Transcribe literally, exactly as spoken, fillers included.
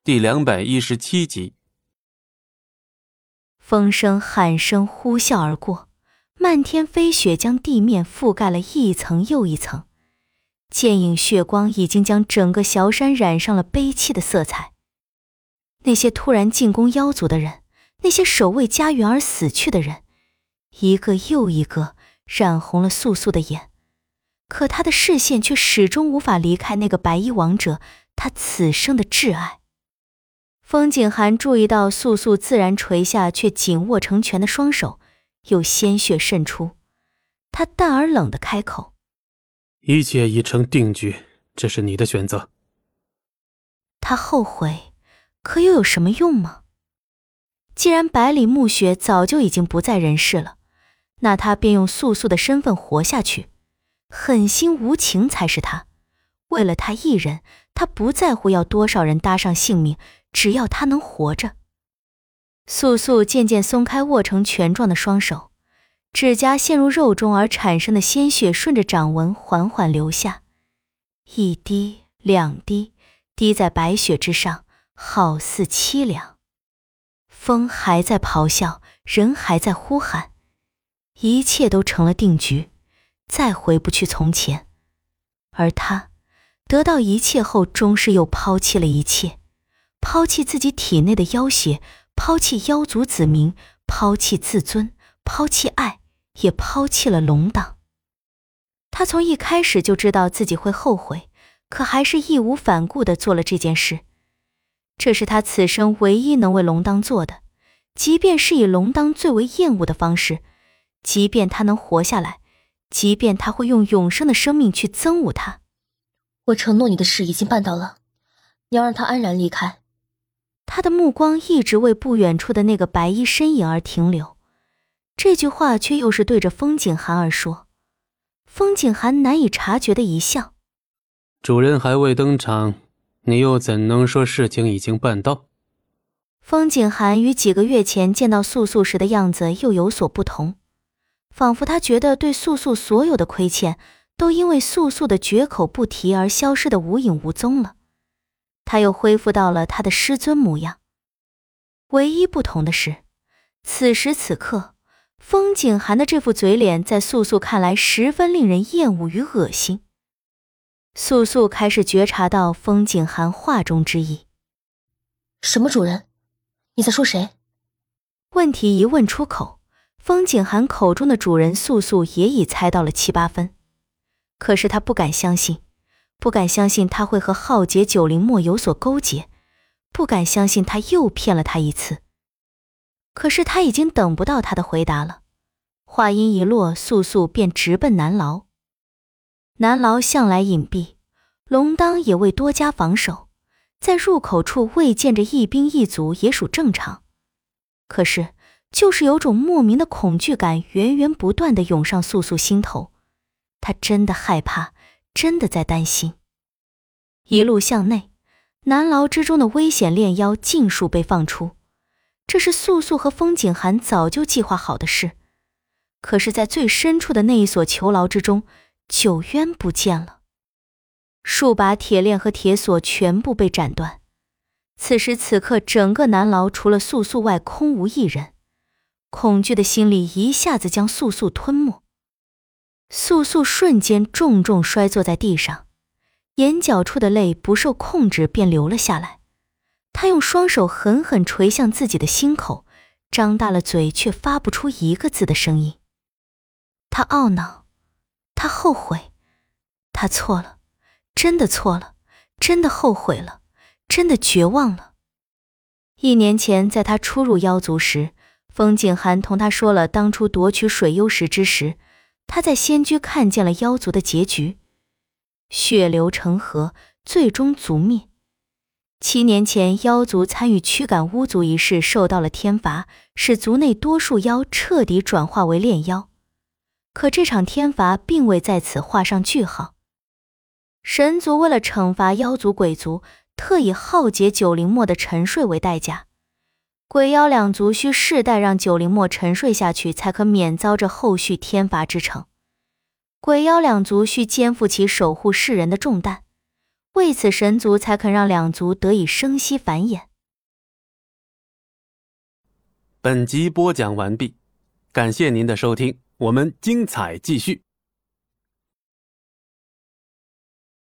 第两百一十七集。 风声喊声呼啸而过，漫天飞雪将地面覆盖了一层又一层，剑影血光已经将整个小山染上了悲戚的色彩。那些突然进攻妖族的人，那些守卫家园而死去的人，一个又一个染红了素素的眼，可他的视线却始终无法离开那个白衣王者，他此生的挚爱。风景寒注意到素素自然垂下却紧握成拳的双手，有鲜血渗出，他淡而冷地开口： 一切已成定局，这是你的选择。 他后悔，可又有什么用吗？既然百里暮雪早就已经不在人世了，那他便用素素的身份活下去，狠心无情才是他。为了他一人，他不在乎要多少人搭上性命，只要他能活着。素素渐渐松开握成拳状的双手，指甲陷入肉中而产生的鲜血顺着掌纹缓缓流下，一滴两滴滴在白雪之上，好似凄凉。风还在咆哮，人还在呼喊，一切都成了定局，再回不去从前。而他得到一切后，终是又抛弃了一切，抛弃自己体内的妖血，抛弃妖族子民，抛弃自尊，抛弃爱，也抛弃了龙党。他从一开始就知道自己会后悔，可还是义无反顾地做了这件事。这是他此生唯一能为龙当做的，即便是以龙当最为厌恶的方式，即便他能活下来，即便他会用永生的生命去憎恶他。 我承诺你的事已经办到了，你要让他安然离开。 他的目光一直为不远处的那个白衣身影而停留，这句话却又是对着风景寒而说。风景寒难以察觉的一笑： 主人还未登场，你又怎能说事情已经办到？ 风景寒与几个月前见到素素时的样子又有所不同，仿佛他觉得对素素所有的亏欠都因为素素的绝口不提而消失得无影无踪了。他又恢复到了他的师尊模样。唯一不同的是，此时此刻风景寒的这副嘴脸在素素看来十分令人厌恶与恶心。素素开始觉察到风景寒话中之意。 什么主人？你在说谁？ 问题一问出口，风景寒口中的主人素素也已猜到了七八分。可是他不敢相信，不敢相信他会和浩劫九灵墨有所勾结，不敢相信他又骗了他一次。可是他已经等不到他的回答了，话音一落，素素便直奔南牢。南牢向来隐蔽，龙当也未多加防守，在入口处未见着一兵一卒也属正常。可是就是有种莫名的恐惧感源源不断地涌上素素心头，他真的害怕，真的在担心。一路向内，南牢之中的危险炼妖尽数被放出，这是素素和风景寒早就计划好的事。可是在最深处的那一所囚牢之中，九渊不见了，数把铁链和铁锁全部被斩断。此时此刻，整个南牢除了素素外空无一人，恐惧的心理一下子将素素吞没。素素瞬间重重摔坐在地上，眼角处的泪不受控制便流了下来。她用双手狠狠捶向自己的心口，张大了嘴却发不出一个字的声音。她懊恼，她后悔，她错了，真的错了，真的后悔了，真的绝望了。一年前在她初入妖族时，风景寒同她说了当初夺取水幽石之时，他在仙居看见了妖族的结局，血流成河，最终族灭。七年前妖族参与驱赶巫族一事受到了天罚，使族内多数妖彻底转化为炼妖。可这场天罚并未在此画上句号。神族为了惩罚妖族鬼族，特以浩劫九灵墨的沉睡为代价，鬼妖两族需世代让九灵墨沉睡下去，才可免遭这后续天罚之惩。鬼妖两族需肩负起守护世人的重担， 为此神族才肯让两族得以生息繁衍。 本集播讲完毕，感谢您的收听，我们精彩继续。